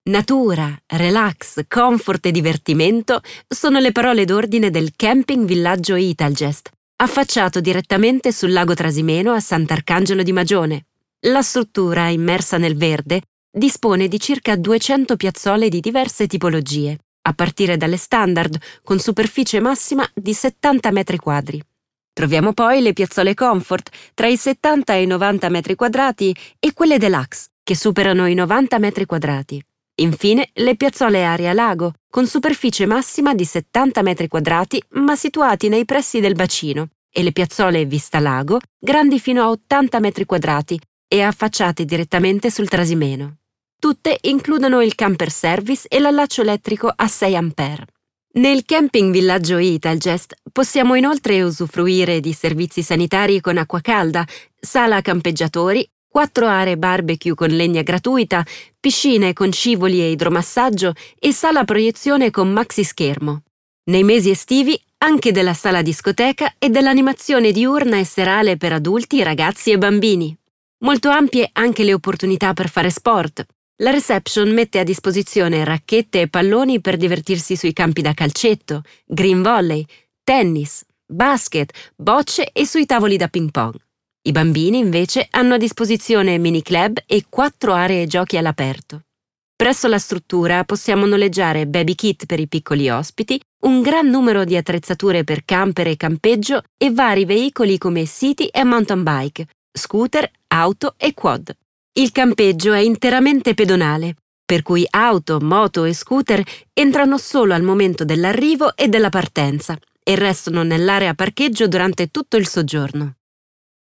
Natura, relax, comfort e divertimento sono le parole d'ordine del Camping Villaggio Italgest, affacciato direttamente sul lago Trasimeno a Sant'Arcangelo di Magione. La struttura, immersa nel verde, dispone di circa 200 piazzole di diverse tipologie, a partire dalle standard, con superficie massima di 70 metri quadri. Troviamo poi le piazzole comfort, tra i 70 e i 90 metri quadrati, e quelle deluxe, che superano i 90 metri quadrati. Infine, le piazzole area lago, con superficie massima di 70 metri quadrati, ma situati nei pressi del bacino, e le piazzole vista lago, grandi fino a 80 metri quadrati e affacciate direttamente sul Trasimeno. Tutte includono il camper service e l'allaccio elettrico a 6 ampere. Nel Camping Villaggio Italgest possiamo inoltre usufruire di servizi sanitari con acqua calda, sala campeggiatori, 4 aree barbecue con legna gratuita, piscine con scivoli e idromassaggio e sala proiezione con maxi schermo. Nei mesi estivi anche della sala discoteca e dell'animazione diurna e serale per adulti, ragazzi e bambini. Molto ampie anche le opportunità per fare sport. La reception mette a disposizione racchette e palloni per divertirsi sui campi da calcetto, green volley, tennis, basket, bocce e sui tavoli da ping pong. I bambini, invece, hanno a disposizione mini club e 4 aree giochi all'aperto. Presso la struttura possiamo noleggiare baby kit per i piccoli ospiti, un gran numero di attrezzature per camper e campeggio e vari veicoli come city e mountain bike, scooter, auto e quad. Il campeggio è interamente pedonale, per cui auto, moto e scooter entrano solo al momento dell'arrivo e della partenza e restano nell'area parcheggio durante tutto il soggiorno.